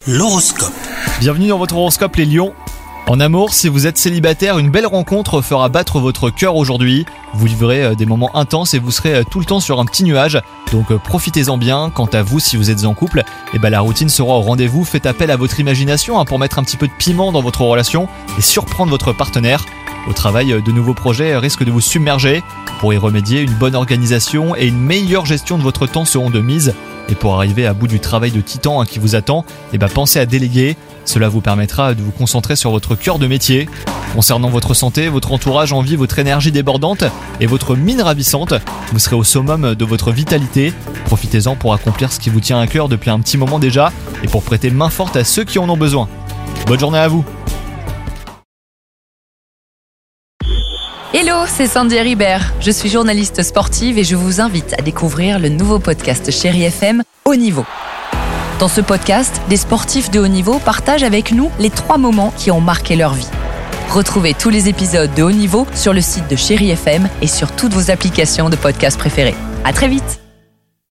L'horoscope. Bienvenue dans votre horoscope les lions. En amour, si vous êtes célibataire, une belle rencontre fera battre votre cœur aujourd'hui. Vous vivrez des moments intenses et vous serez tout le temps sur un petit nuage. Donc profitez-en bien. Quant à vous, si vous êtes en couple, la routine sera au rendez-vous. Faites appel à votre imagination pour mettre un petit peu de piment dans votre relation et surprendre votre partenaire. Au travail, de nouveaux projets risquent de vous submerger. Pour y remédier, une bonne organisation et une meilleure gestion de votre temps seront de mise. Et pour arriver à bout du travail de titan qui vous attend, pensez à déléguer. Cela vous permettra de vous concentrer sur votre cœur de métier. Concernant votre santé, votre entourage envie votre énergie débordante et votre mine ravissante. Vous serez au summum de votre vitalité. Profitez-en pour accomplir ce qui vous tient à cœur depuis un petit moment déjà et pour prêter main forte à ceux qui en ont besoin. Bonne journée à vous. Hello, c'est Sandy Ribert. Je suis journaliste sportive et je vous invite à découvrir le nouveau podcast Chéri FM, Haut Niveau. Dans ce podcast, des sportifs de haut niveau partagent avec nous les 3 moments qui ont marqué leur vie. Retrouvez tous les épisodes de Haut Niveau sur le site de Chéri FM et sur toutes vos applications de podcast préférées. À très vite.